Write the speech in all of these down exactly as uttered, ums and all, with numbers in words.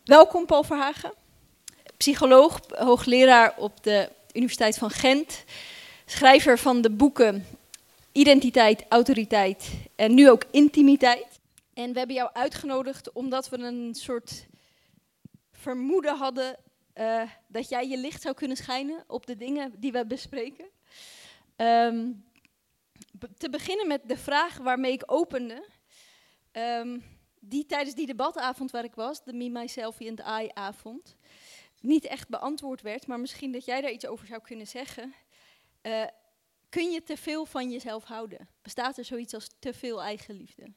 Welkom Paul Verhagen, psycholoog, hoogleraar op de Universiteit van Gent, schrijver van de boeken Identiteit, Autoriteit en nu ook Intimiteit. En we hebben jou uitgenodigd omdat we een soort vermoeden hadden uh, dat jij je licht zou kunnen schijnen op de dingen die we bespreken. Um, be- te beginnen met de vraag waarmee ik opende. Um, die tijdens die debatavond waar ik was, de Me, Myself and I avond, niet echt beantwoord werd, maar misschien dat jij daar iets over zou kunnen zeggen. Uh, kun je te veel van jezelf houden? Bestaat er zoiets als te veel eigenliefde?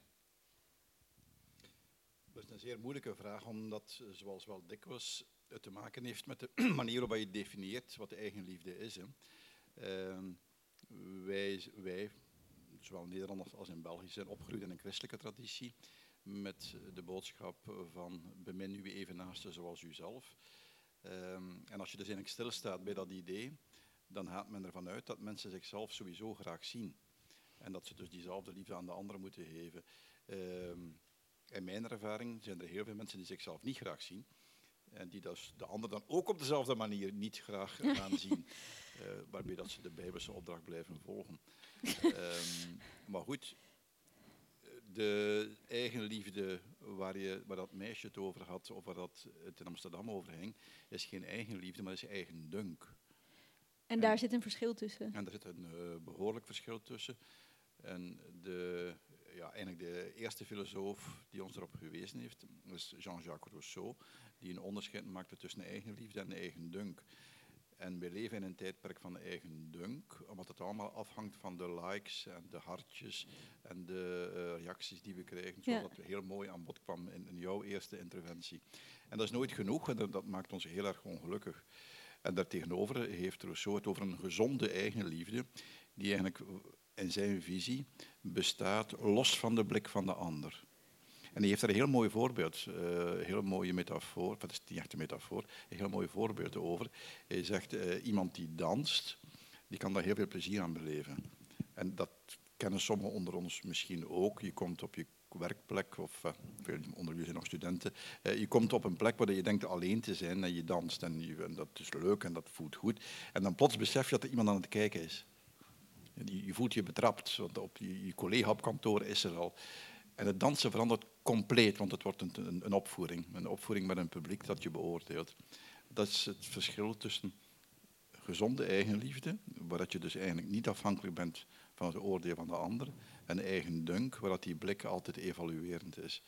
Dat is een zeer moeilijke vraag, omdat, zoals wel dikwijls, het te maken heeft met de manier waarop je definieert wat de eigenliefde is. Hè. Uh, wij, wij, zowel in Nederland als in België, zijn opgegroeid in een christelijke traditie, met de boodschap van bemin uw evenaaste zoals uzelf. Um, en als je dus eigenlijk stilstaat bij dat idee, dan gaat men ervan uit dat mensen zichzelf sowieso graag zien. En dat ze dus diezelfde liefde aan de anderen moeten geven. Um, in mijn ervaring zijn er heel veel mensen die zichzelf niet graag zien. En die dus de ander dan ook op dezelfde manier niet graag gaan zien. Uh, waarbij dat ze de Bijbelse opdracht blijven volgen. Um, maar goed. De eigenliefde waar, je, waar dat meisje het over had, of waar dat het in Amsterdam over ging, is geen eigenliefde, maar is eigendunk. En, en daar zit een verschil tussen? En daar zit een uh, behoorlijk verschil tussen. En de, ja, eigenlijk de eerste filosoof die ons erop gewezen heeft, is Jean-Jacques Rousseau, die een onderscheid maakte tussen eigenliefde en eigendunk. En we leven in een tijdperk van eigendunk, omdat het allemaal afhangt van de likes en de hartjes en de uh, reacties die we krijgen, zoals ja. dat heel mooi aan bod kwam in, in jouw eerste interventie. En dat is nooit genoeg en dat, dat maakt ons heel erg ongelukkig. En daartegenover heeft Rousseau het over een gezonde eigenliefde, die eigenlijk in zijn visie bestaat los van de blik van de ander. En hij heeft daar een heel mooi voorbeeld, uh, een heel mooie metafoor, dat is niet echt een metafoor, een heel mooi voorbeeld over. Hij zegt, uh, iemand die danst, die kan daar heel veel plezier aan beleven. En dat kennen sommigen onder ons misschien ook. Je komt op je werkplek, of uh, veel onder jullie zijn nog studenten, uh, je komt op een plek waar je denkt alleen te zijn en je danst. En, je, en dat is leuk en dat voelt goed. En dan plots besef je dat er iemand aan het kijken is. Je, je voelt je betrapt, want op je, je collega op kantoor is er al. En het dansen verandert compleet, want het wordt een, een, een opvoering. Een opvoering met een publiek dat je beoordeelt. Dat is het verschil tussen gezonde eigenliefde, waar je dus eigenlijk niet afhankelijk bent van het oordeel van de ander, en eigendunk, waar dat die blik altijd evaluerend is.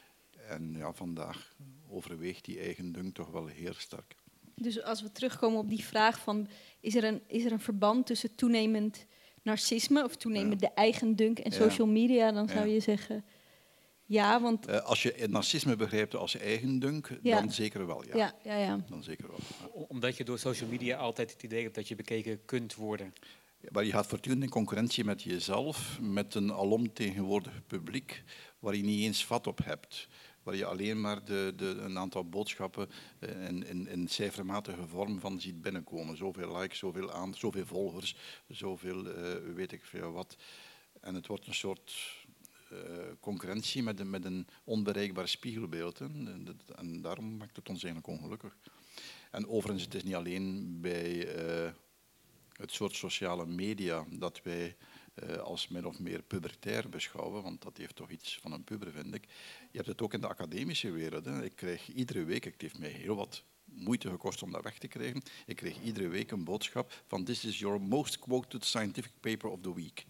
En ja, vandaag overweegt die eigendunk toch wel heel sterk. Dus als we terugkomen op die vraag van, is er een, is er een verband tussen toenemend narcisme of toenemend ja. de eigendunk en social ja. media, dan zou ja. je zeggen... Ja, want... Uh, als je het narcisme begrijpt als eigendunk, ja. dan zeker wel, ja. Ja, ja, ja. Dan zeker wel. Ja. Omdat je door social media altijd het idee hebt dat je bekeken kunt worden. Ja, maar je gaat voortdurend in concurrentie met jezelf, met een alomtegenwoordig publiek, waar je niet eens vat op hebt. Waar je alleen maar de, de, een aantal boodschappen in, in, in cijfermatige vorm van ziet binnenkomen. Zoveel likes, zoveel aan, zoveel volgers, zoveel uh, weet ik veel wat. En het wordt een soort... Uh, concurrentie met, de, met een onbereikbaar spiegelbeeld. Hè. En, en daarom maakt het ons eigenlijk ongelukkig. En overigens, het is niet alleen bij uh, het soort sociale media dat wij uh, als min of meer pubertair beschouwen, want dat heeft toch iets van een puber, vind ik. Je hebt het ook in de academische wereld. Hè. Ik krijg iedere week, het heeft mij heel wat moeite gekost om dat weg te krijgen, ik kreeg iedere week een boodschap van this is your most quoted scientific paper of the week.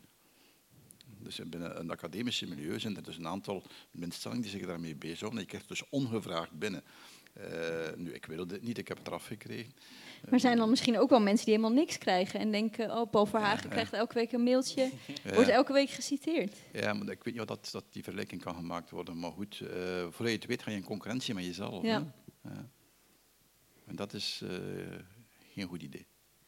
Dus binnen een academische milieu zijn er dus een aantal instellingen die zich daarmee bezighouden. Je krijgt dus ongevraagd binnen. Uh, nu, ik wil dit niet, ik heb het eraf gekregen. Maar zijn dan misschien ook wel mensen die helemaal niks krijgen en denken, oh, Paul Verhagen ja, krijgt elke week een mailtje, ja. wordt elke week geciteerd. Ja, maar ik weet niet of dat, dat die vergelijking kan gemaakt worden. Maar goed, uh, voordat je het weet ga je in concurrentie met jezelf. Ja. Ja. En dat is uh, geen goed idee.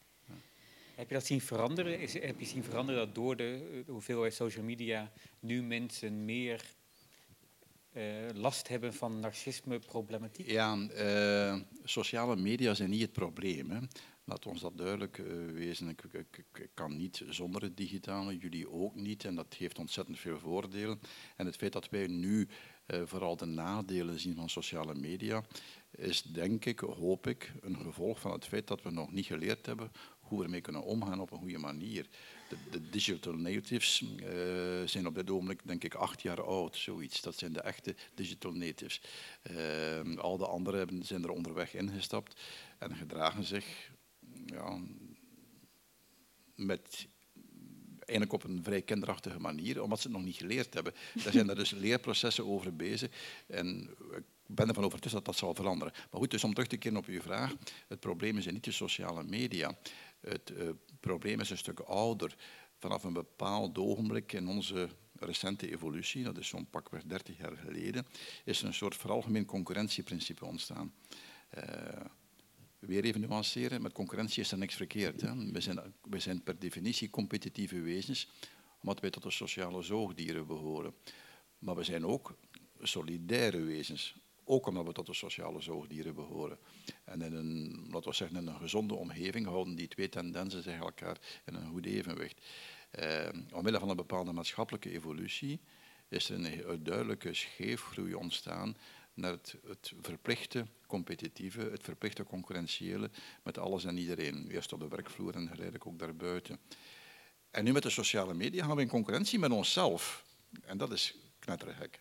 Heb je dat zien veranderen? Is, heb je zien veranderen dat door de, de hoeveelheid social media nu mensen meer uh, last hebben van narcisme-problematiek? Ja, uh, sociale media zijn niet het probleem. Hè. Laat ons dat duidelijk uh, wezen. Ik, ik, ik kan niet zonder het digitale, jullie ook niet. En dat heeft ontzettend veel voordelen. En het feit dat wij nu uh, vooral de nadelen zien van sociale media, is denk ik, hoop ik, een gevolg van het feit dat we nog niet geleerd hebben hoe we ermee kunnen omgaan op een goede manier. De, de digital natives uh, zijn op dit ogenblik denk ik acht jaar oud, zoiets. Dat zijn de echte digital natives. Uh, al de anderen zijn er onderweg ingestapt en gedragen zich ja, met... eigenlijk op een vrij kinderachtige manier, omdat ze het nog niet geleerd hebben. Daar zijn er dus leerprocessen over bezig. En ik ben ervan overtuigd dat dat zal veranderen. Maar goed, dus om terug te keren op uw vraag. Het probleem is niet de sociale media. Het uh, probleem is een stuk ouder. Vanaf een bepaald ogenblik in onze recente evolutie, dat is zo'n pakweg dertig jaar geleden, is er een soort veralgemeen concurrentieprincipe ontstaan. Uh, Weer even nuanceren, met concurrentie is er niks verkeerd. Hè. We, zijn, we zijn per definitie competitieve wezens, omdat wij tot de sociale zoogdieren behoren. Maar we zijn ook solidaire wezens, ook omdat we tot de sociale zoogdieren behoren. En in een, laten we zeggen, in een gezonde omgeving houden die twee tendensen zich elkaar in een goed evenwicht. Eh, omwille van een bepaalde maatschappelijke evolutie is er een, een duidelijke scheefgroei ontstaan naar het, het verplichte competitieve, het verplichte concurrentiële met alles en iedereen. Eerst op de werkvloer en geleidelijk ook daarbuiten. En nu met de sociale media gaan we in concurrentie met onszelf. En dat is knettergek.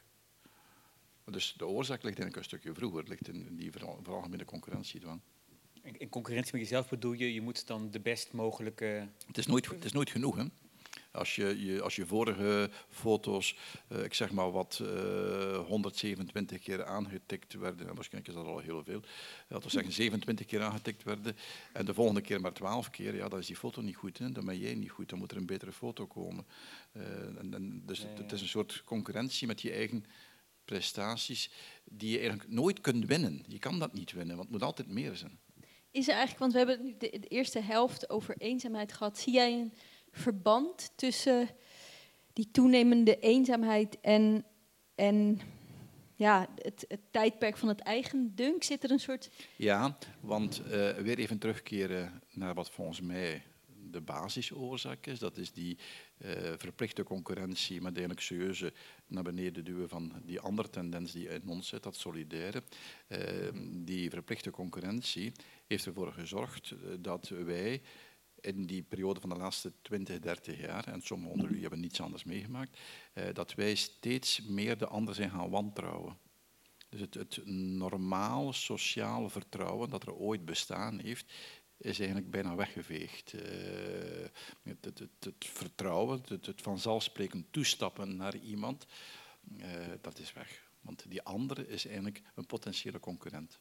Dus de oorzaak ligt eigenlijk een stukje vroeger, het ligt in die veralgemene concurrentiedwang. In concurrentie met jezelf bedoel je, je moet dan de best mogelijke... Het is nooit, het is nooit genoeg, hè. Als je, je, als je vorige foto's, uh, ik zeg maar wat, uh, honderdzevenentwintig keer aangetikt werden, en waarschijnlijk is dat al heel veel, laten we zeggen zevenentwintig keer aangetikt werden, en de volgende keer maar twaalf keer, ja, dan is die foto niet goed, hè? Dan ben jij niet goed, dan moet er een betere foto komen. Uh, en, en dus ja, ja. Het, het is een soort concurrentie met je eigen prestaties, die je eigenlijk nooit kunt winnen. Je kan dat niet winnen, want het moet altijd meer zijn. Is er eigenlijk, want we hebben nu de, de eerste helft over eenzaamheid gehad, zie jij een verband tussen die toenemende eenzaamheid en, en ja, het, het tijdperk van het eigendunk? Zit er een soort... Ja, want uh, weer even terugkeren naar wat volgens mij de basisoorzaak is. Dat is die uh, verplichte concurrentie met eigenlijk serieuze naar beneden duwen van die andere tendens die in ons zit, dat solidaire. Uh, die verplichte concurrentie heeft ervoor gezorgd uh, dat wij in die periode van de laatste twintig, dertig jaar, en sommigen onder u hebben niets anders meegemaakt, eh, dat wij steeds meer de ander zijn gaan wantrouwen. Dus het, het normale sociale vertrouwen dat er ooit bestaan heeft, is eigenlijk bijna weggeveegd. Uh, het, het, het, het vertrouwen, het, het vanzelfsprekend toestappen naar iemand, uh, dat is weg. Want die andere is eigenlijk een potentiële concurrent.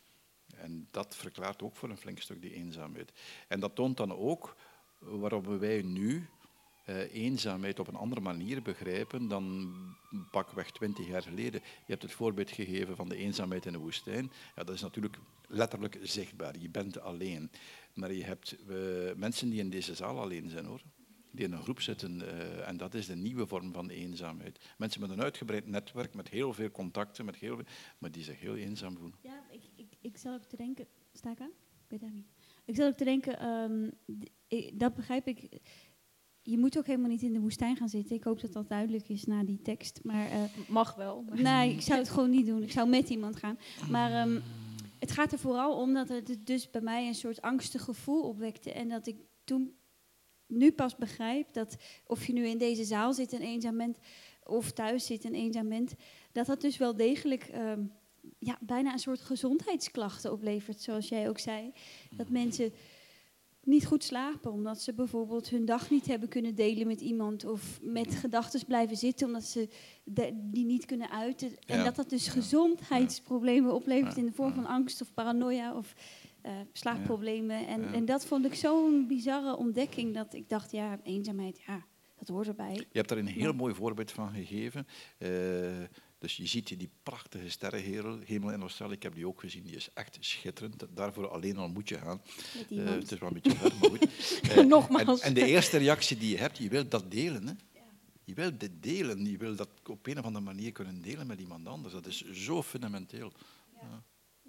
En dat verklaart ook voor een flink stuk die eenzaamheid. En dat toont dan ook waarop wij nu uh, eenzaamheid op een andere manier begrijpen dan pakweg twintig jaar geleden. Je hebt het voorbeeld gegeven van de eenzaamheid in de woestijn. Ja, dat is natuurlijk letterlijk zichtbaar. Je bent alleen. Maar je hebt uh, mensen die in deze zaal alleen zijn, hoor. Die in een groep zitten. Uh, en dat is de nieuwe vorm van eenzaamheid. Mensen met een uitgebreid netwerk, met heel veel contacten, met heel veel, maar die zich heel eenzaam voelen. Ja, ik, ik, ik zat ook te denken... Sta ik aan? Ik weet het niet. Ik zat ook te denken, um, d- dat begrijp ik... Je moet ook helemaal niet in de woestijn gaan zitten. Ik hoop dat dat duidelijk is na die tekst. Maar, uh, Mag wel. Maar... Nee, ik zou het gewoon niet doen. Ik zou met iemand gaan. Maar um, het gaat er vooral om dat het dus bij mij een soort angstig gevoel opwekte. En dat ik toen nu pas begrijp dat of je nu in deze zaal zit en eenzaam bent... of thuis zit en eenzaam bent... dat dat dus wel degelijk... Um, ja, bijna een soort gezondheidsklachten oplevert, zoals jij ook zei. Dat mensen niet goed slapen, omdat ze bijvoorbeeld hun dag niet hebben kunnen delen met iemand, of met gedachten blijven zitten, omdat ze de, die niet kunnen uiten. En ja. dat dat dus ja. gezondheidsproblemen oplevert ja. in de vorm van angst of paranoia of uh, slaapproblemen. En, ja. en dat vond ik zo'n bizarre ontdekking, dat ik dacht, ja, eenzaamheid, ja, dat hoort erbij. Je hebt daar een heel ja. mooi voorbeeld van gegeven. Uh, Dus je ziet die prachtige sterrenhemel in Australië. Ik heb die ook gezien. Die is echt schitterend. Daarvoor alleen al moet je gaan. Uh, het is wel een beetje ver, maar goed. Uh, Nogmaals. En, en de eerste reactie die je hebt, je wilt dat delen. Hè? Je wilt dit delen. Je wilt dat op een of andere manier kunnen delen met iemand anders. Dat is zo fundamenteel. Ja. Ja.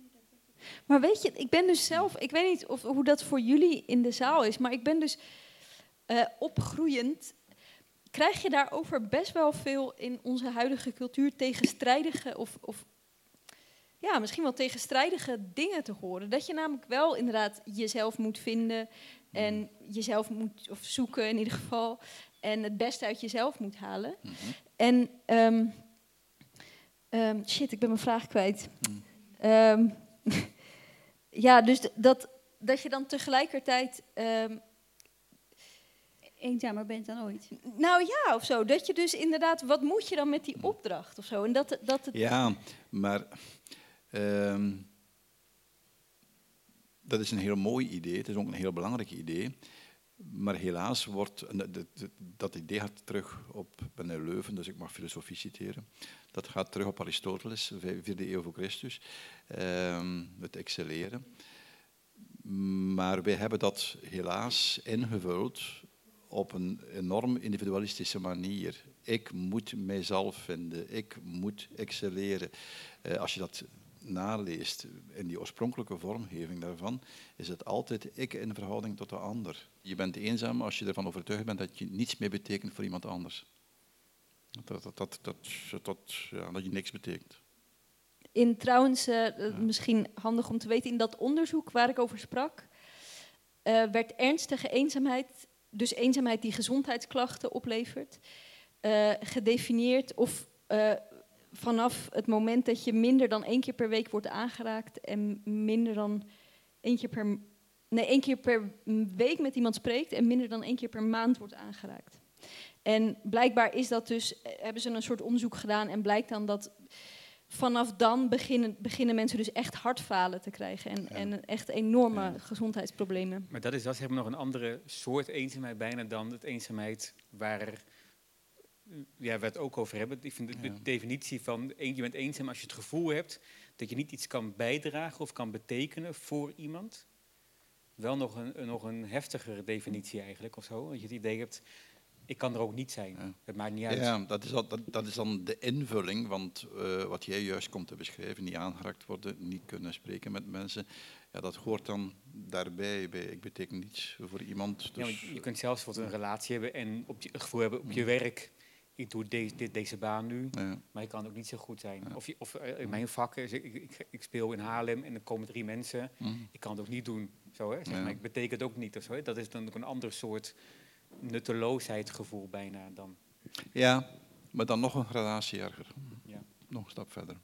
Maar weet je, ik ben dus zelf... Ik weet niet of, hoe dat voor jullie in de zaal is, maar ik ben dus uh, opgroeiend... Krijg je daarover best wel veel in onze huidige cultuur tegenstrijdige of, of ja, misschien wel tegenstrijdige dingen te horen. Dat je namelijk wel inderdaad jezelf moet vinden en jezelf moet of zoeken in ieder geval en het beste uit jezelf moet halen. Mm-hmm. En um, um, shit, ik ben mijn vraag kwijt. Mm. Um, ja, dus d- dat, dat je dan tegelijkertijd um, eenzamer bent dan ooit. Nou ja, of zo. Dat je dus inderdaad, wat moet je dan met die opdracht of zo? En dat, dat het... Ja, maar um, dat is een heel mooi idee. Het is ook een heel belangrijk idee. Maar helaas wordt, dat idee gaat terug op, ik ben in Leuven, dus ik mag filosofie citeren. Dat gaat terug op Aristoteles, vierde eeuw voor Christus, um, het excelleren. Maar wij hebben dat helaas ingevuld op een enorm individualistische manier. Ik moet mijzelf vinden, ik moet excelleren. Uh, als je dat naleest in die oorspronkelijke vormgeving daarvan, is het altijd ik in verhouding tot de ander. Je bent eenzaam als je ervan overtuigd bent dat je niets meer betekent voor iemand anders. Dat, dat, dat, dat, dat, ja, dat je niks betekent. In trouwens, uh, ja. misschien handig om te weten, in dat onderzoek waar ik over sprak, uh, werd ernstige eenzaamheid, dus eenzaamheid die gezondheidsklachten oplevert, uh, gedefinieerd of uh, vanaf het moment dat je minder dan één keer per week wordt aangeraakt en minder dan één keer per, nee, één keer per week met iemand spreekt en minder dan één keer per maand wordt aangeraakt. En blijkbaar is dat dus, hebben ze een soort onderzoek gedaan en blijkt dan dat vanaf dan beginnen, beginnen mensen dus echt hartfalen te krijgen en, ja. en echt enorme ja. gezondheidsproblemen. Maar dat is dat zeg maar nog een andere soort eenzaamheid bijna dan het eenzaamheid waar ja, we het ook over hebben. Ik vind de, de ja. definitie van je bent eenzaam als je het gevoel hebt dat je niet iets kan bijdragen of kan betekenen voor iemand. Wel nog een, nog een heftigere definitie eigenlijk of zo. Dat je het idee hebt, ik kan er ook niet zijn. Ja. Het maakt niet uit. Ja, dat is, dat, dat is dan de invulling, want uh, wat jij juist komt te beschrijven, niet aangeraakt worden, niet kunnen spreken met mensen, ja, dat hoort dan daarbij. Bij, ik beteken niets voor iemand. Dus ja, je kunt zelfs wat een relatie hebben en op je, het gevoel hebben op je werk, ik doe de, dit, deze baan nu, ja. maar je kan ook niet zo goed zijn. Ja. Of, je, of uh, in mijn vak, ik, ik, ik speel in Haarlem en er komen drie mensen, mm. ik kan het ook niet doen. Zo, hè? Zeg ja. maar, ik beteken het ook niet. Of zo, hè? Dat is dan ook een ander soort nutteloosheidgevoel bijna dan. Ja, maar dan nog een gradatie erger. Ja. Nog een stap verder.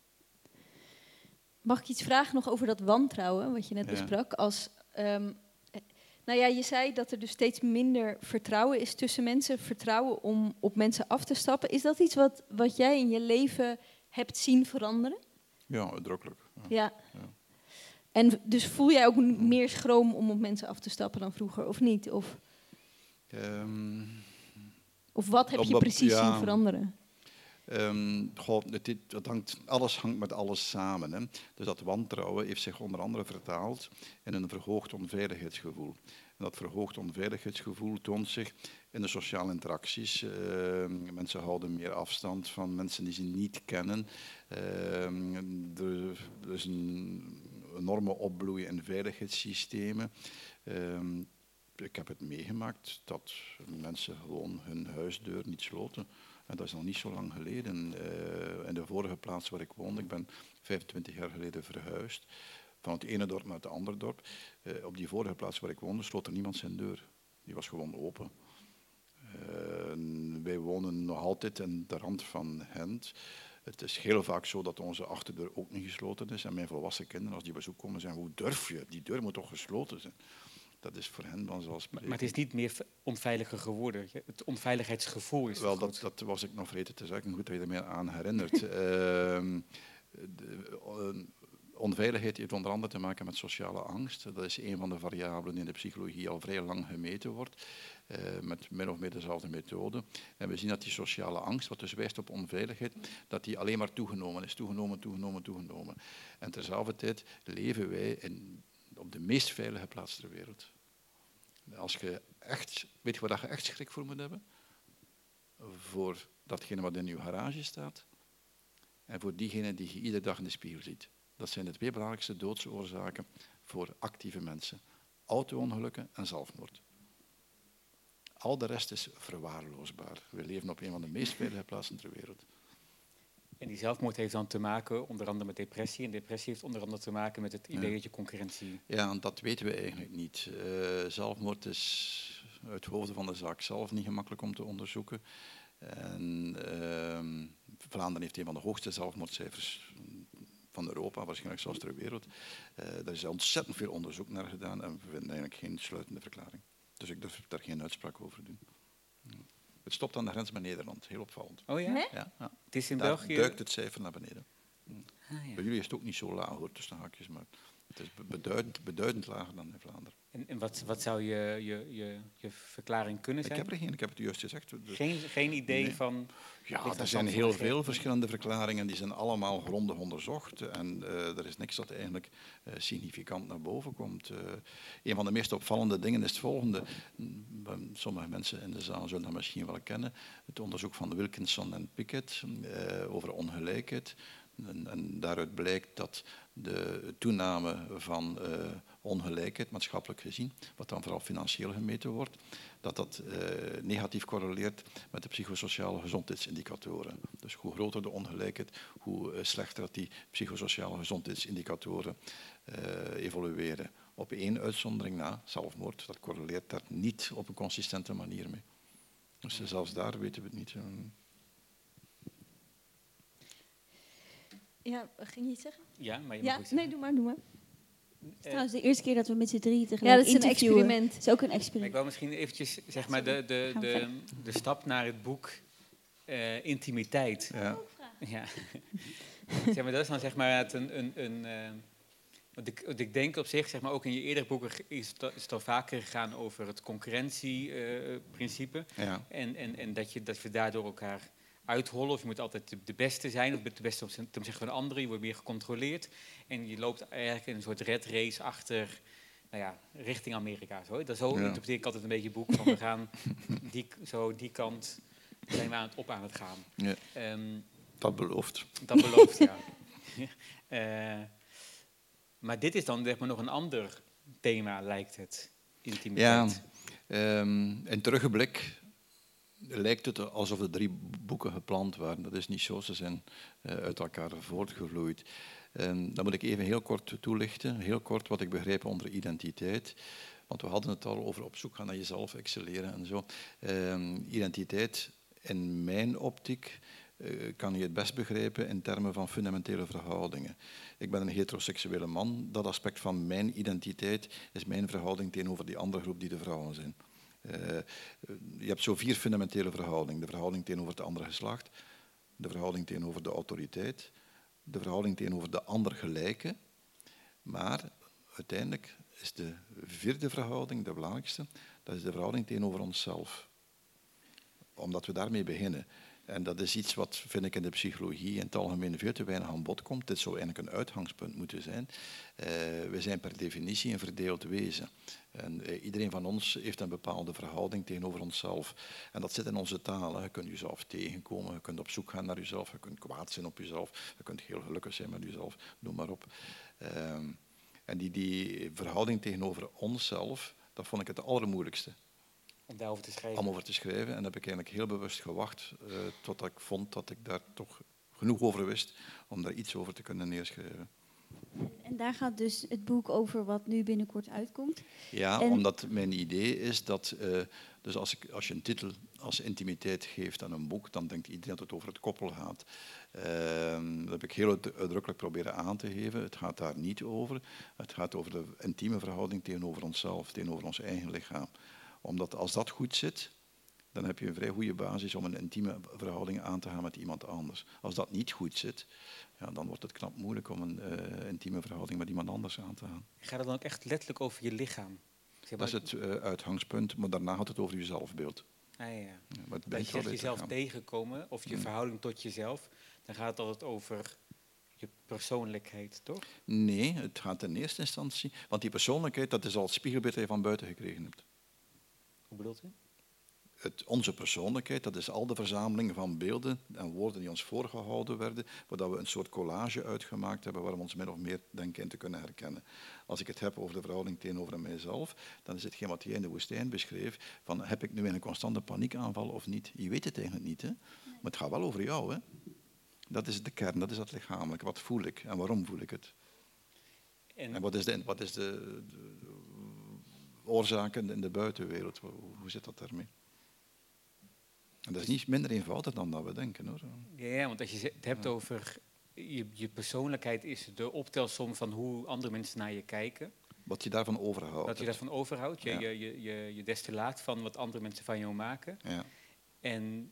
Mag ik iets vragen nog over dat wantrouwen, wat je net ja. besprak? Als, um, nou ja, je zei dat er dus steeds minder vertrouwen is tussen mensen. Vertrouwen om op mensen af te stappen. Is dat iets wat, wat jij in je leven hebt zien veranderen? Ja, uitdrukkelijk. Ja. Ja. ja. En dus voel jij ook meer schroom om op mensen af te stappen dan vroeger, of niet? Of... Um, of wat heb je precies ja, zien veranderen? Um, goh, het, het hangt, alles hangt met alles samen. Hè. Dus dat wantrouwen heeft zich onder andere vertaald in een verhoogd onveiligheidsgevoel. En dat verhoogd onveiligheidsgevoel toont zich in de sociale interacties. Uh, mensen houden meer afstand van mensen die ze niet kennen. Uh, er, er is een enorme opbloei in veiligheidssystemen. Uh, Ik heb het meegemaakt dat mensen gewoon hun huisdeur niet sloten. En dat is nog niet zo lang geleden. Uh, in de vorige plaats waar ik woonde, ik ben vijfentwintig jaar geleden verhuisd, van het ene dorp naar het andere dorp. Uh, op die vorige plaats waar ik woonde, sloot er niemand zijn deur. Die was gewoon open. Uh, wij wonen nog altijd in de rand van Gent. Het is heel vaak zo dat onze achterdeur ook niet gesloten is. En mijn volwassen kinderen, als die bezoek komen, zeggen, hoe durf je? Die deur moet toch gesloten zijn? Dat is voor hen vanzelfsprekend. Maar het is niet meer onveiliger geworden. Het onveiligheidsgevoel is wel, dat, dat was ik nog vergeten te zeggen. Goed dat je er meer aan herinnert. uh, de, uh, onveiligheid heeft onder andere te maken met sociale angst. Dat is een van de variabelen in de psychologie al vrij lang gemeten wordt. Uh, met min of meer dezelfde methode. En we zien dat die sociale angst, wat dus wijst op onveiligheid, dat die alleen maar toegenomen is. Toegenomen, toegenomen, toegenomen. En terzelfde tijd leven wij in, op de meest veilige plaats ter wereld. Als je echt, weet je waar je echt schrik voor moet hebben? Voor datgene wat in je garage staat en voor diegene die je iedere dag in de spiegel ziet. Dat zijn de twee belangrijkste doodsoorzaken voor actieve mensen. Auto-ongelukken en zelfmoord. Al de rest is verwaarloosbaar. We leven op een van de meest veilige plaatsen ter wereld. En die zelfmoord heeft dan te maken onder andere met depressie. En depressie heeft onder andere te maken met het idee Ja. dat je concurrentie... Ja, en dat weten we eigenlijk niet. Uh, zelfmoord is uit hoofde van de zaak zelf niet gemakkelijk om te onderzoeken. En uh, Vlaanderen heeft een van de hoogste zelfmoordcijfers van Europa, waarschijnlijk zelfs ter wereld. Uh, er is ontzettend veel onderzoek naar gedaan en we vinden eigenlijk geen sluitende verklaring. Dus ik durf daar geen uitspraak over doen. Het stopt aan de grens met Nederland, heel opvallend. Oh ja? Hè? Ja, ja. Het is in Daar België... duikt het cijfer naar beneden. Ah, ja. Bij jullie is het ook niet zo laag hoor, tussen haakjes, maar het is beduidend, beduidend lager dan in Vlaanderen. En, en wat, wat zou je, je, je, je verklaring kunnen zijn? Ik heb er geen, ik heb het juist gezegd. Dus geen, geen idee nee. van... Ja, er zijn heel veel verschillende verklaringen, die zijn allemaal grondig onderzocht en uh, er is niks dat eigenlijk uh, significant naar boven komt. Uh, een van de meest opvallende dingen is het volgende. Sommige mensen in de zaal zullen dat misschien wel kennen. Het onderzoek van Wilkinson en Pickett uh, over ongelijkheid. En, en daaruit blijkt dat de toename van uh, ongelijkheid, maatschappelijk gezien, wat dan vooral financieel gemeten wordt, dat dat uh, negatief correleert met de psychosociale gezondheidsindicatoren. Dus hoe groter de ongelijkheid, hoe uh, slechter dat die psychosociale gezondheidsindicatoren uh, evolueren. Op één uitzondering na, zelfmoord, dat correleert daar niet op een consistente manier mee. Dus uh, zelfs daar weten we het niet. Uh, Ja, ging je iets zeggen? Ja, maar je ja? mag Nee, doe maar, doe maar. Het is trouwens de eerste keer dat we met z'n drieën tegelijk Ja, dat is een interviewen. experiment. Het is ook een Ik experiment. wou misschien eventjes zeg maar, de, de, de, de stap naar het boek uh, Intimiteit. Ja. Ja. Zeg maar, dat is dan zeg maar het een... een, een uh, want ik, want ik denk op zich, zeg maar, ook in je eerdere boeken is het, is het al vaker gegaan over het concurrentieprincipe. Uh, ja. En, en, en dat, je, dat we daardoor elkaar uithollen. Of je moet altijd de, de beste zijn, of de beste ten opzichte van anderen. Je wordt meer gecontroleerd. En je loopt eigenlijk in een soort red race achter, nou ja, richting Amerika. Zo, dat zo ja. interpreteer ik altijd een beetje het boek. Van we gaan die, zo die kant zijn we aan het, op aan het gaan. Ja. Um, dat belooft. Dat belooft, ja. uh, maar dit is dan zeg maar nog een ander thema, lijkt het. Intimiteit. Ja, um, in terugblik lijkt het alsof de drie boeken gepland waren. Dat is niet zo, ze zijn uh, uit elkaar voortgevloeid. Um, dan moet ik even heel kort toelichten, heel kort wat ik begrijp onder identiteit. Want we hadden het al over op zoek gaan naar jezelf, excelleren en zo. Um, identiteit, in mijn optiek, uh, kan je het best begrijpen in termen van fundamentele verhoudingen. Ik ben een heteroseksuele man. Dat aspect van mijn identiteit is mijn verhouding tegenover die andere groep die de vrouwen zijn. Uh, je hebt zo vier fundamentele verhoudingen. De verhouding tegenover het andere geslacht, de verhouding tegenover de autoriteit, de verhouding tegenover de ander gelijke. Maar uiteindelijk is de vierde verhouding, de belangrijkste, dat is de verhouding tegenover onszelf. Omdat we daarmee beginnen. En dat is iets wat, vind ik, in de psychologie in het algemeen veel te weinig aan bod komt. Dit zou eigenlijk een uitgangspunt moeten zijn. Uh, we zijn per definitie een verdeeld wezen. En uh, iedereen van ons heeft een bepaalde verhouding tegenover onszelf. En dat zit in onze taal. Hè. Je kunt jezelf tegenkomen, je kunt op zoek gaan naar jezelf, je kunt kwaad zijn op jezelf, je kunt heel gelukkig zijn met jezelf, noem maar op. Uh, en die, die verhouding tegenover onszelf, dat vond ik het allermoeilijkste. Om daarover te schrijven. Om over te schrijven. En heb ik eigenlijk heel bewust gewacht uh, totdat ik vond dat ik daar toch genoeg over wist om daar iets over te kunnen neerschrijven. En daar gaat dus het boek over wat nu binnenkort uitkomt. Ja, en omdat mijn idee is dat, uh, dus als, ik, als je een titel als intimiteit geeft aan een boek, dan denkt iedereen dat het over het koppel gaat. Uh, dat heb ik heel uitdrukkelijk proberen aan te geven. Het gaat daar niet over. Het gaat over de intieme verhouding tegenover onszelf, tegenover ons eigen lichaam. Omdat als dat goed zit, dan heb je een vrij goede basis om een intieme verhouding aan te gaan met iemand anders. Als dat niet goed zit, ja, dan wordt het knap moeilijk om een uh, intieme verhouding met iemand anders aan te gaan. Gaat het dan ook echt letterlijk over je lichaam? Zeg maar, dat is het uh, uitgangspunt, maar daarna gaat het over je zelfbeeld. Ah, ja. Ja, maar het als je zegt jezelf gaan. tegenkomen, of je hmm. verhouding tot jezelf, dan gaat het altijd over je persoonlijkheid, toch? Nee, het gaat in eerste instantie, want die persoonlijkheid, dat is al het spiegelbeeld dat je van buiten gekregen hebt. Hoe bedoelt u? Het, onze persoonlijkheid, dat is al de verzameling van beelden en woorden die ons voorgehouden werden, waar we een soort collage uitgemaakt hebben, waar we ons min of meer denken in te kunnen herkennen. Als ik het heb over de verhouding tegenover mijzelf, dan is hetgeen wat jij in de woestijn beschreef, van heb ik nu een constante paniekaanval of niet? Je weet het eigenlijk niet, hè? Maar het gaat wel over jou, hè? Dat is de kern, dat is het lichamelijke. Wat voel ik en waarom voel ik het? En, en wat is de, wat is de, de, de oorzaak in de, in de buitenwereld? Hoe, hoe zit dat daarmee? En dat is niet minder eenvoudig dan dat we denken, hoor. Ja, ja, want als je het hebt Ja. over je, je persoonlijkheid is de optelsom van hoe andere mensen naar je kijken. Wat je daarvan overhoudt. Wat je daarvan overhoudt, je, Ja. je, je, je, je destillaat van wat andere mensen van jou maken. Ja. En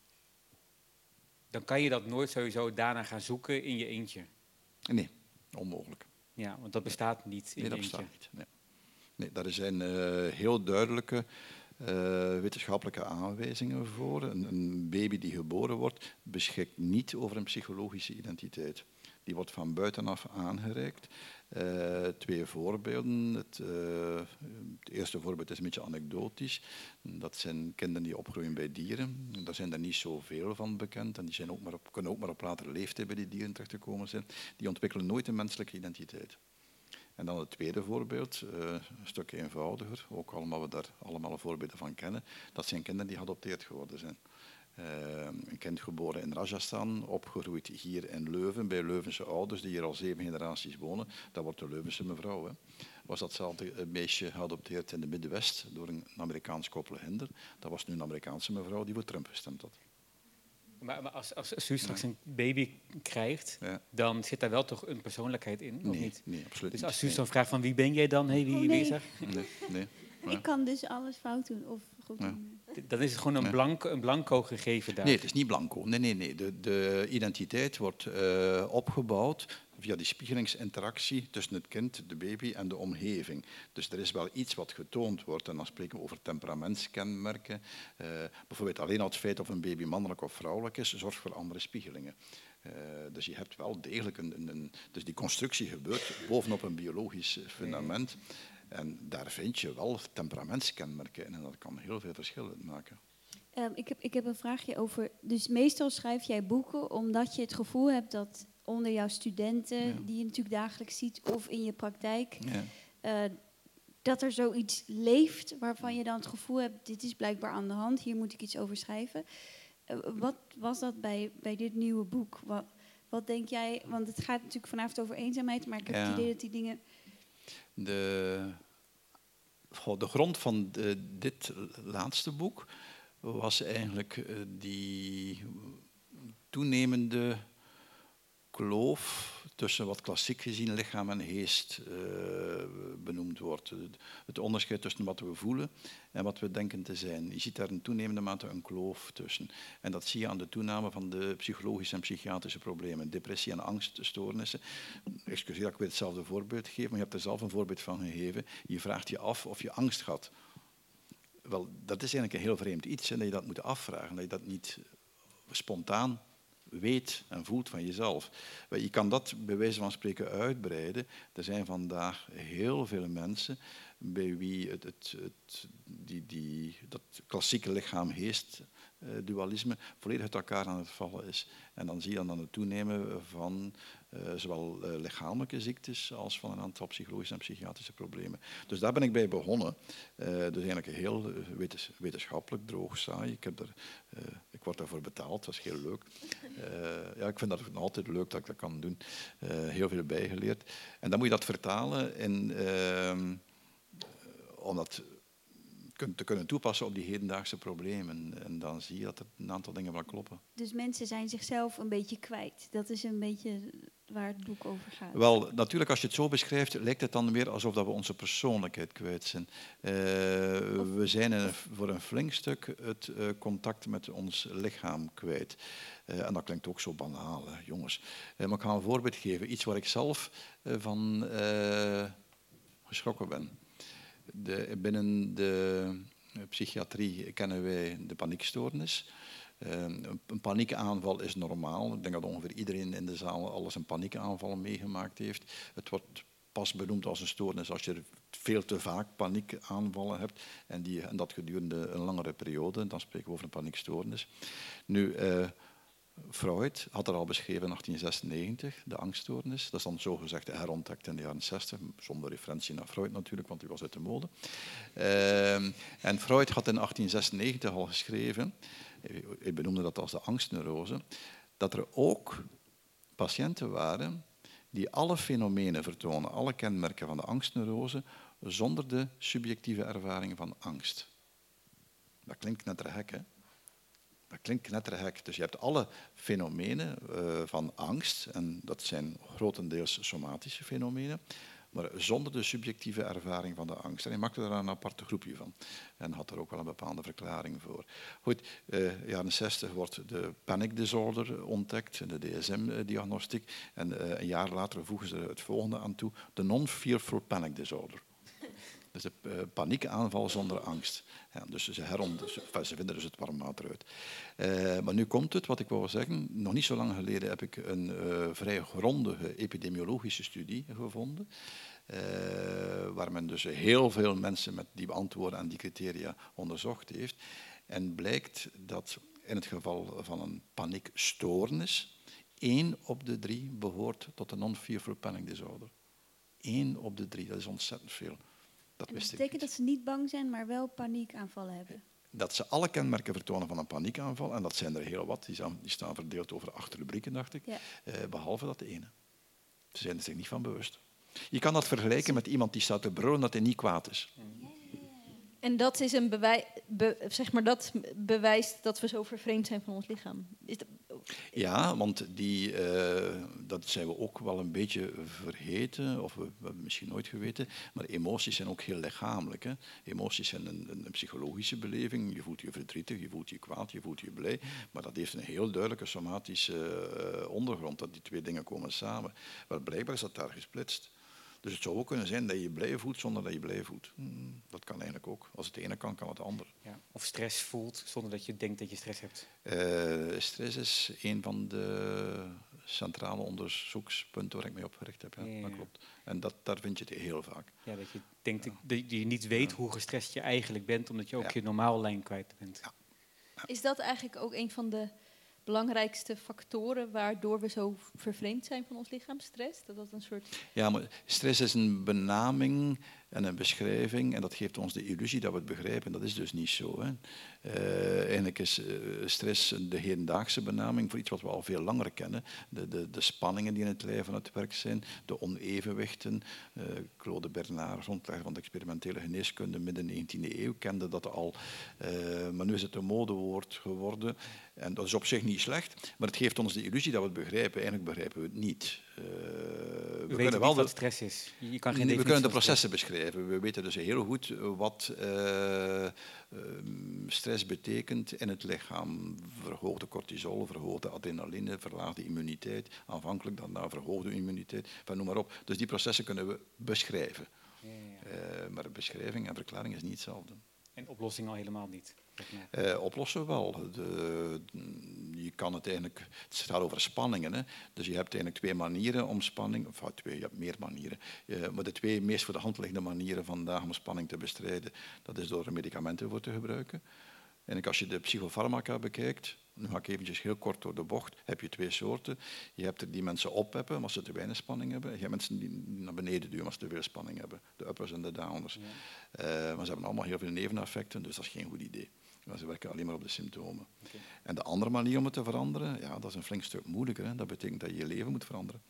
dan kan je dat nooit sowieso daarna gaan zoeken in je eentje. Nee, onmogelijk. Ja, want dat bestaat niet in Nee, dat je eentje. bestaat niet. Nee. Nee, daar zijn uh, heel duidelijke uh, wetenschappelijke aanwijzingen voor. Een, een baby die geboren wordt, beschikt niet over een psychologische identiteit. Die wordt van buitenaf aangereikt. Uh, twee voorbeelden. Het, uh, het eerste voorbeeld is een beetje anekdotisch. Dat zijn kinderen die opgroeien bij dieren. Daar zijn er niet zoveel van bekend. En die zijn ook maar op, kunnen ook maar op latere leeftijd bij die dieren terecht te komen zijn. Die ontwikkelen nooit een menselijke identiteit. En dan het tweede voorbeeld, uh, een stuk eenvoudiger, ook allemaal we daar allemaal voorbeelden van kennen. Dat zijn kinderen die geadopteerd geworden zijn. Uh, een kind geboren in Rajasthan, opgegroeid hier in Leuven, bij Leuvense ouders die hier al zeven generaties wonen. Dat wordt de Leuvense mevrouw. Hè. Was datzelfde meisje geadopteerd in de Midwest door een Amerikaans koppel Hinder. Dat was nu een Amerikaanse mevrouw die voor Trump gestemd had. Maar, maar als, als, als u straks een baby krijgt, ja. dan zit daar wel toch een persoonlijkheid in, of nee, niet? Nee, absoluut dus niet. als u dan vraagt van wie ben jij dan, hey, wie, Oh, wie nee. is er? Nee, nee. Ja. Ik kan dus alles fout doen of goed Ja. doen. Dan is het gewoon een, Nee. blanco, een blanco gegeven daar. Nee, het is niet blanco. Nee, nee, nee. De, de identiteit wordt uh, opgebouwd via die spiegelingsinteractie tussen het kind, de baby en de omgeving. Dus er is wel iets wat getoond wordt. En dan spreken we over temperamentskenmerken. Uh, bijvoorbeeld alleen al het feit of een baby mannelijk of vrouwelijk is, zorgt voor andere spiegelingen. Uh, dus je hebt wel degelijk een, een, een... Dus die constructie gebeurt bovenop een biologisch fundament. En daar vind je wel temperamentskenmerken in. En dat kan heel veel verschil maken. Um, ik, heb, ik heb een vraagje over... Dus meestal schrijf jij boeken omdat je het gevoel hebt dat onder jouw studenten, Ja. die je natuurlijk dagelijks ziet, of in je praktijk, Ja. uh, dat er zoiets leeft waarvan je dan het gevoel hebt, dit is blijkbaar aan de hand, hier moet ik iets over schrijven. Uh, wat was dat bij, bij dit nieuwe boek? Wat, wat denk jij, want het gaat natuurlijk vanavond over eenzaamheid, maar ik heb Ja. het idee dat die dingen... De, de grond van de, dit laatste boek was eigenlijk uh, die toenemende kloof tussen wat klassiek gezien lichaam en geest uh, benoemd wordt. Het onderscheid tussen wat we voelen en wat we denken te zijn. Je ziet daar in toenemende mate een kloof tussen. En dat zie je aan de toename van de psychologische en psychiatrische problemen. Depressie en angststoornissen. Excuseer dat ik weer hetzelfde voorbeeld geef, maar je hebt er zelf een voorbeeld van gegeven. Je vraagt je af of je angst had. Wel, dat is eigenlijk een heel vreemd iets, hè, dat je dat moet afvragen. Dat je dat niet spontaan weet en voelt van jezelf. Je kan dat bij wijze van spreken uitbreiden. Er zijn vandaag heel veel mensen bij wie het, het, het, die, die, dat klassieke lichaam-geest dualisme volledig uit elkaar aan het vallen is. En dan zie je dan het toenemen van uh, zowel uh, lichamelijke ziektes als van een aantal psychologische en psychiatrische problemen. Dus daar ben ik bij begonnen. Uh, dus eigenlijk een heel wetens, wetenschappelijk droog saai. Ik, heb er, uh, ik word daarvoor betaald, dat is heel leuk. Uh, ja, ik vind dat nog altijd leuk dat ik dat kan doen. Uh, heel veel bijgeleerd. En dan moet je dat vertalen in, uh, om dat te kunnen toepassen op die hedendaagse problemen. En dan zie je dat er een aantal dingen wel kloppen. Dus mensen zijn zichzelf een beetje kwijt. Dat is een beetje waar het boek over gaat. Wel, natuurlijk, als je het zo beschrijft, lijkt het dan weer alsof dat we onze persoonlijkheid kwijt zijn. Uh, we zijn een, voor een flink stuk het uh, contact met ons lichaam kwijt. Uh, en dat klinkt ook zo banaal, hè, jongens. Uh, maar ik ga een voorbeeld geven. Iets waar ik zelf uh, van uh, geschrokken ben. De, binnen de psychiatrie kennen wij de paniekstoornis. Uh, een paniekaanval is normaal. Ik denk dat ongeveer iedereen in de zaal al eens een paniekaanval meegemaakt heeft. Het wordt pas benoemd als een stoornis als je veel te vaak paniekaanvallen hebt. En, die, en dat gedurende een langere periode. Dan spreken we over een paniekstoornis. Nu... Uh, Freud had er al beschreven in achttien zesennegentig, de angststoornis. Dat is dan zogezegd herontdekt in de jaren zestig, zonder referentie naar Freud natuurlijk, want die was uit de mode. Uh, en Freud had in achttien zesennegentig al geschreven, hij benoemde dat als de angstneurose, dat er ook patiënten waren die alle fenomenen vertonen, alle kenmerken van de angstneurose, zonder de subjectieve ervaring van angst. Dat klinkt knettergek, hè? Dat klinkt knettergek. Dus je hebt alle fenomenen uh, van angst, en dat zijn grotendeels somatische fenomenen, maar zonder de subjectieve ervaring van de angst. En hij maakte daar een aparte groepje van. En had er ook wel een bepaalde verklaring voor. Goed, uh, jaren zestig wordt de panic disorder ontdekt, de D S M-diagnostiek. En uh, een jaar later voegen ze het volgende aan toe, de non-fearful panic disorder. Dus de uh, paniekaanval zonder angst. Ja, dus ze, herond, enfin, ze vinden dus het warm water uit. Uh, maar nu komt het, wat ik wou zeggen. Nog niet zo lang geleden heb ik een uh, vrij grondige epidemiologische studie gevonden. Uh, waar men dus heel veel mensen met die beantwoorden aan die criteria onderzocht heeft. En blijkt dat in het geval van een paniekstoornis één op de drie behoort tot een non-fearful panic disorder. Eén op de drie, dat is ontzettend veel. Dat, dat wist betekent ik dat ze niet bang zijn, maar wel paniekaanvallen hebben? Dat ze alle kenmerken vertonen van een paniekaanval, en dat zijn er heel wat, die staan, die staan verdeeld over acht rubrieken, dacht ik, ja. uh, behalve dat ene. Ze zijn er zich niet van bewust. Je kan dat vergelijken met iemand die staat te brullen dat hij niet kwaad is. En dat is een bewijs, be, zeg maar, dat bewijst dat we zo vervreemd zijn van ons lichaam. Is dat... Ja, want die, uh, dat zijn we ook wel een beetje vergeten, of we, we hebben misschien nooit geweten, maar emoties zijn ook heel lichamelijk. Hè. Emoties zijn een, een, een psychologische beleving. Je voelt je verdrietig, je voelt je kwaad, je voelt je blij, maar dat heeft een heel duidelijke somatische uh, ondergrond, dat die twee dingen komen samen. Wel, blijkbaar is dat daar gesplitst. Dus het zou ook kunnen zijn dat je je blij voelt zonder dat je blij voelt. Hmm, dat kan eigenlijk ook. Als het ene kan, kan het andere. Ja, of stress voelt zonder dat je denkt dat je stress hebt. Uh, stress is een van de centrale onderzoekspunten waar ik mee opgericht heb. Ja, ja, ja. Dat klopt. En dat, daar vind je het heel vaak. Ja, dat je denkt ja. dat je niet weet ja. hoe gestrest je eigenlijk bent, omdat je ook ja. je normaal lijn kwijt bent. Ja. Ja. Is dat eigenlijk ook een van de belangrijkste factoren waardoor we zo vervreemd zijn van ons lichaam? Stress? Dat dat een soort... Ja, maar stress is een benaming en een beschrijving en dat geeft ons de illusie dat we het begrijpen. Dat is dus niet zo. Hè. Uh, eigenlijk is uh, stress de hedendaagse benaming voor iets wat we al veel langer kennen. De, de, de spanningen die in het lijf aan het werk zijn, de onevenwichten. Uh, Claude Bernard, grondlegger van de experimentele geneeskunde, midden negentiende eeuw, kende dat al. Uh, maar nu is het een modewoord geworden. En dat is op zich niet slecht, maar het geeft ons de illusie dat we het begrijpen. Eigenlijk begrijpen we het niet. Uh, we, we kunnen wel de, wat stress is. Je kan geen we kunnen de processen beschrijven. We weten dus heel goed wat uh, uh, stress betekent in het lichaam. Verhoogde cortisol, verhoogde adrenaline, verlaagde immuniteit. Aanvankelijk dan naar verhoogde immuniteit. Enfin, noem maar op. Dus die processen kunnen we beschrijven. Ja, ja. Uh, maar beschrijving en verklaring is niet hetzelfde. En oplossing al helemaal niet? Uh, oplossen wel. De, je kan het eigenlijk, het gaat over spanningen. Hè. Dus je hebt eigenlijk twee manieren om spanning, of twee, je hebt meer manieren. Uh, maar de twee meest voor de hand liggende manieren vandaag om spanning te bestrijden, dat is door er medicamenten voor te gebruiken. En als je de psychofarmaca bekijkt, nu ga ik eventjes heel kort door de bocht, heb je twee soorten. Je hebt er die mensen oppeppen als ze te weinig spanning hebben. Je hebt mensen die naar beneden duwen als ze te veel spanning hebben. De uppers en de downers. Ja. Uh, maar ze hebben allemaal heel veel neveneffecten, dus dat is geen goed idee. Ze werken alleen maar op de symptomen. Okay. En de andere manier om het te veranderen, ja, dat is een flink stuk moeilijker. Hè. Dat betekent dat je je leven moet veranderen.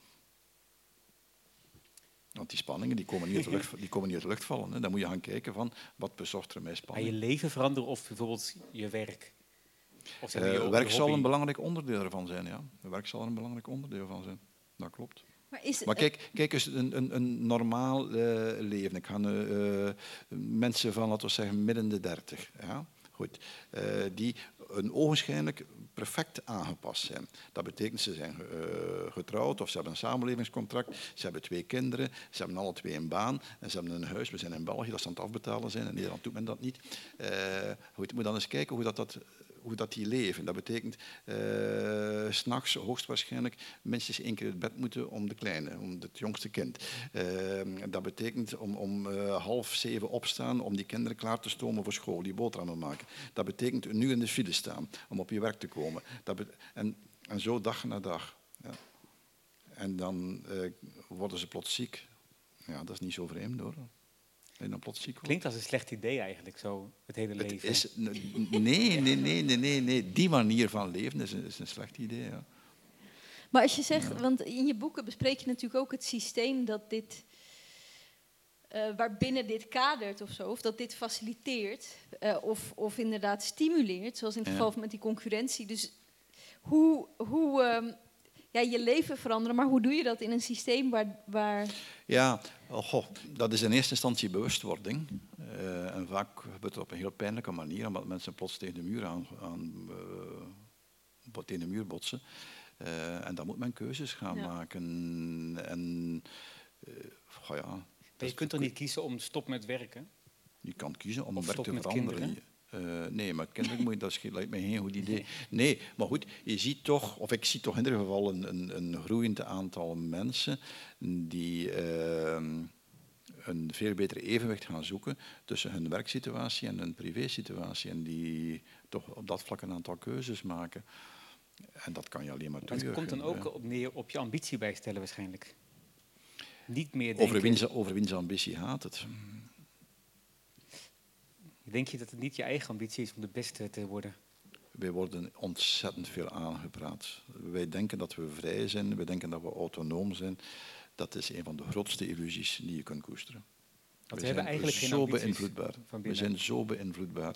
Want die spanningen die komen niet uit de lucht, die komen niet uit de lucht vallen. Hè. Dan moet je gaan kijken van, wat bezorgt er mij spanning. Maar je leven veranderen of bijvoorbeeld je werk? Of uh, je werk je zal een belangrijk onderdeel ervan zijn, ja. Werk zal er een belangrijk onderdeel van zijn. Dat klopt. Maar, is, maar kijk, kijk eens, een, een, een normaal uh, leven. Ik ga uh, uh, mensen van, laten we zeggen, midden de dertig, ja. Goed, uh, die een ogenschijnlijk perfect aangepast zijn. Dat betekent ze zijn uh, getrouwd of ze hebben een samenlevingscontract, ze hebben twee kinderen, ze hebben alle twee een baan en ze hebben een huis. We zijn in België, dat ze aan het afbetalen zijn, in Nederland doet men dat niet. Uh, goed, je moet dan eens kijken hoe dat, dat, hoe dat die leven. Dat betekent uh, 's nachts hoogstwaarschijnlijk minstens één keer uit bed moeten om de kleine, om het jongste kind. Uh, dat betekent om, om uh, half zeven opstaan om die kinderen klaar te stomen voor school, die boterhammen maken. Dat betekent nu in de file staan om op je werk te komen. Dat be- en, en zo dag na dag. Ja. En dan uh, worden ze plots ziek. Ja, dat is niet zo vreemd hoor. En dan plots ziek klinkt als een slecht idee eigenlijk, zo het hele het leven. Is, nee, nee, nee, nee, nee, nee. Die manier van leven is een, is een slecht idee. Ja. Maar als je zegt, want in je boeken bespreek je natuurlijk ook het systeem dat dit, uh, waarbinnen dit kadert of zo, of dat dit faciliteert, uh, of, of inderdaad stimuleert, zoals in het ja. geval met die concurrentie. Dus hoe, hoe um, ja, je leven veranderen, maar hoe doe je dat in een systeem waar... waar ja, oh, goh, dat is in eerste instantie bewustwording. Uh, en vaak gebeurt het op een heel pijnlijke manier, omdat mensen plots tegen de muur aan, aan uh, tegen de muur botsen. Uh, en dan moet men keuzes gaan ja. maken. En, uh, oh ja, maar je kunt toch niet kiezen om stop met werken? Je kan kiezen om werk te veranderen. Uh, nee, maar kinderen moet je, dat lijkt mij geen goed idee. Nee, maar goed, je ziet toch, of ik zie toch in ieder geval een, een, een groeiend aantal mensen die uh, een veel beter evenwicht gaan zoeken tussen hun werksituatie en hun privésituatie en die toch op dat vlak een aantal keuzes maken. En dat kan je alleen maar toejuichen. Het komt dan ook op neer op je ambitie bijstellen waarschijnlijk. Niet meer denken... Over wiens, over wiens ambitie gaat het? Denk je dat het niet je eigen ambitie is om de beste te worden? Wij worden ontzettend veel aangepraat. Wij denken dat we vrij zijn, wij denken dat we autonoom zijn. Dat is een van de grootste illusies die je kunt koesteren. Want we hebben eigenlijk geen zo beïnvloedbaar. We zijn zo beïnvloedbaar.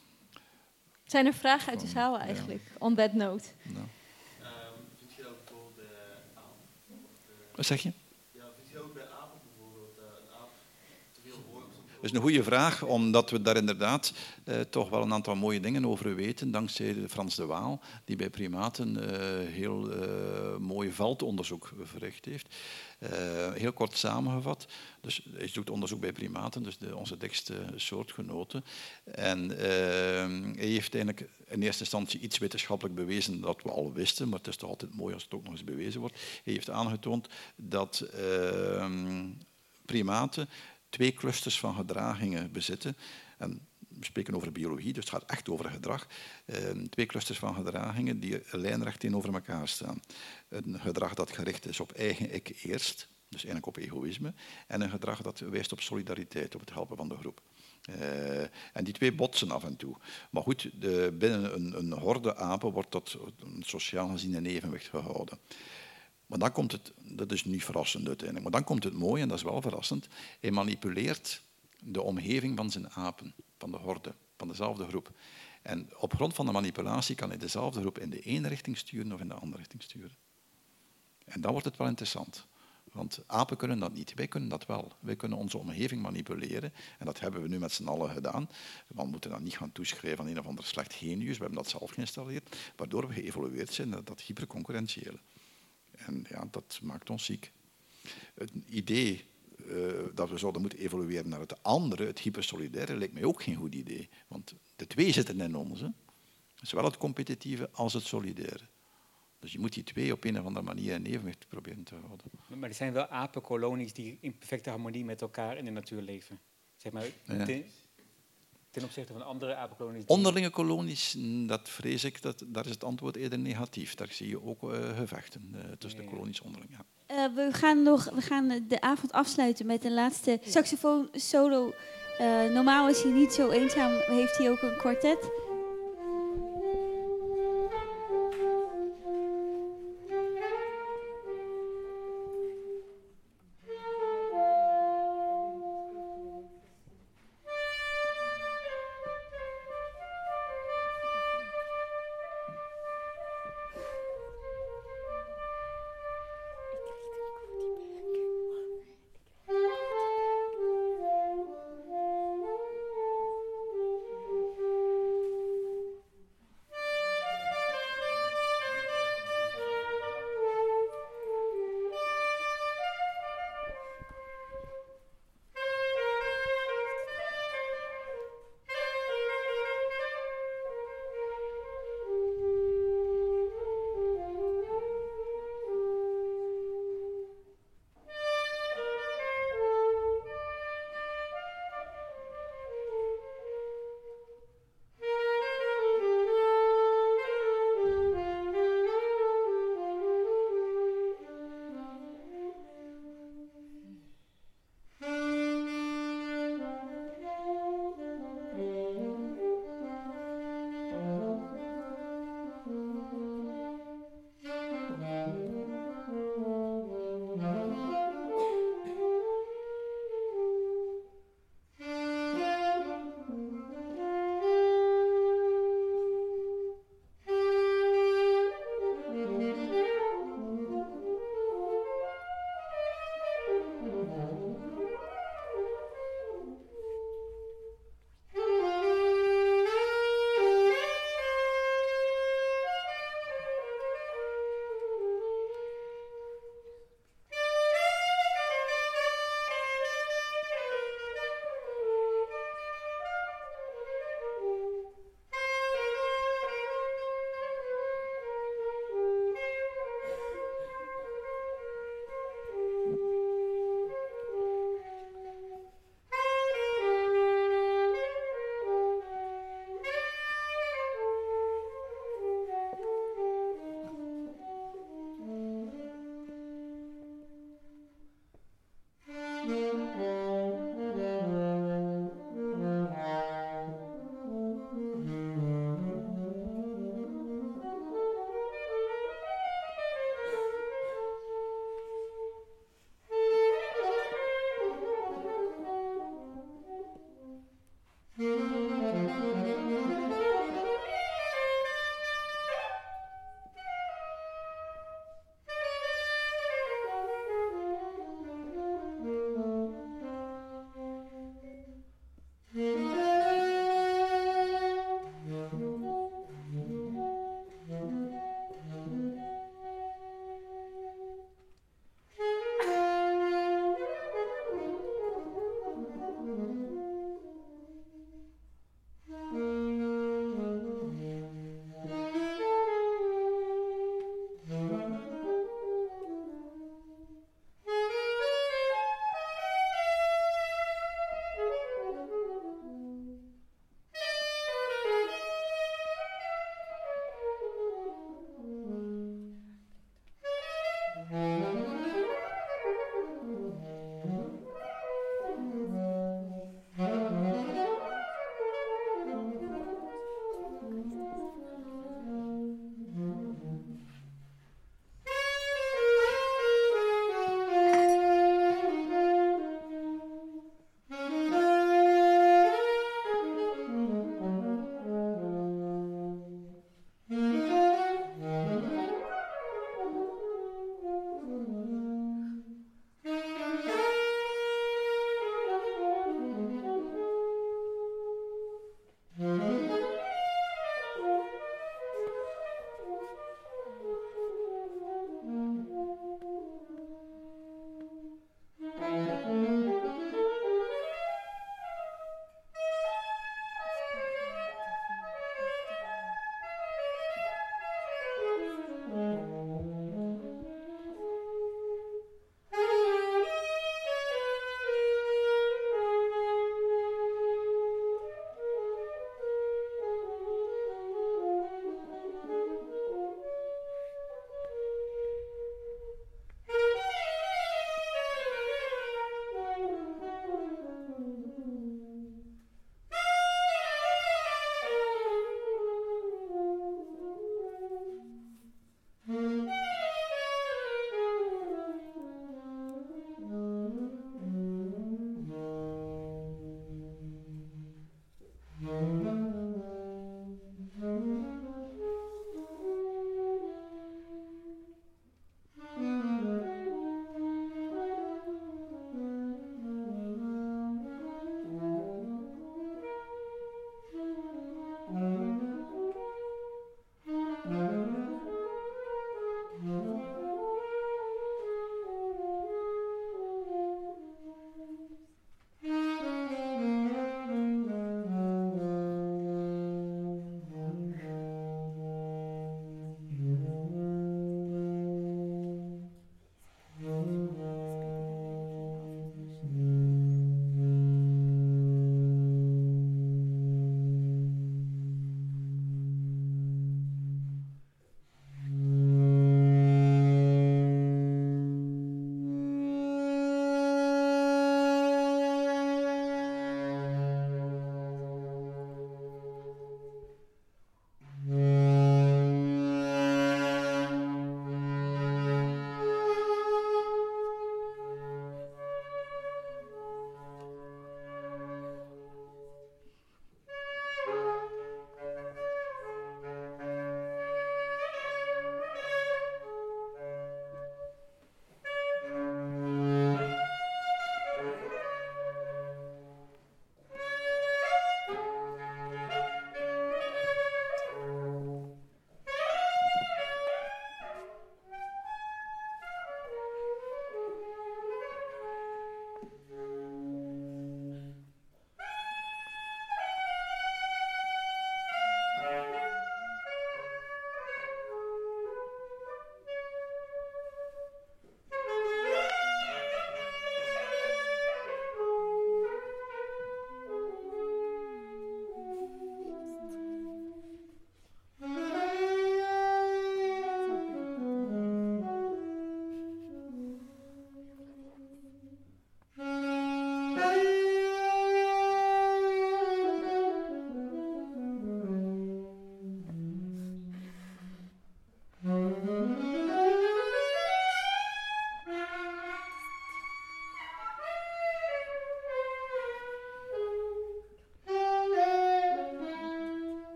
Zijn er vragen uit de zaal eigenlijk, ja. on that note? Nou. Um, vind je ook voor de aap? Wat zeg je? Ja, vind je ook bij apen bijvoorbeeld, uh, een aap te veel hoort? Dat is een goede vraag, omdat we daar inderdaad uh, toch wel een aantal mooie dingen over weten, dankzij Frans de Waal, die bij primaten uh, heel uh, mooi veldonderzoek verricht heeft. Uh, heel kort samengevat, dus hij doet onderzoek bij primaten, dus de, onze dichtste soortgenoten. En uh, hij heeft eigenlijk in eerste instantie iets wetenschappelijk bewezen dat we al wisten, maar het is toch altijd mooi als het ook nog eens bewezen wordt. Hij heeft aangetoond dat uh, primaten twee clusters van gedragingen bezitten. En we spreken over biologie, dus het gaat echt over gedrag. Uh, twee clusters van gedragingen die lijnrecht tegenover elkaar staan. Een gedrag dat gericht is op eigen ik eerst, dus eigenlijk op egoïsme. En een gedrag dat wijst op solidariteit, op het helpen van de groep. Uh, en die twee botsen af en toe. Maar goed, de, binnen een, een horde apen wordt dat sociaal gezien in evenwicht gehouden. Maar dan komt het, dat is niet verrassend uiteindelijk, maar dan komt het mooie, en dat is wel verrassend, hij manipuleert de omgeving van zijn apen, van de horde, van dezelfde groep. En op grond van de manipulatie kan hij dezelfde groep in de ene richting sturen of in de andere richting sturen. En dan wordt het wel interessant. Want apen kunnen dat niet, wij kunnen dat wel. Wij kunnen onze omgeving manipuleren en dat hebben we nu met z'n allen gedaan. We moeten dat niet gaan toeschrijven aan een of ander slecht genius, we hebben dat zelf geïnstalleerd, waardoor we geëvolueerd zijn naar dat hyperconcurrentiële. En ja, dat maakt ons ziek. Het idee uh, dat we zouden moeten evolueren naar het andere, het hypersolidaire, lijkt mij ook geen goed idee. Want de twee zitten in ons. Hè. Zowel het competitieve als het solidaire. Dus je moet die twee op een of andere manier in evenwicht proberen te houden. Maar er zijn wel apenkolonies die in perfecte harmonie met elkaar in de natuur leven. Zeg maar, ja. ten, ten opzichte van andere apenkolonies. Die... Onderlinge kolonies, dat vrees ik, dat, daar is het antwoord eerder negatief. Daar zie je ook uh, gevechten uh, tussen ja, ja. de kolonies onderling. Ja. Uh, we, gaan nog, we gaan de avond afsluiten met een laatste saxofoon solo. Uh, normaal is hij niet zo eenzaam, heeft hij ook een kwartet.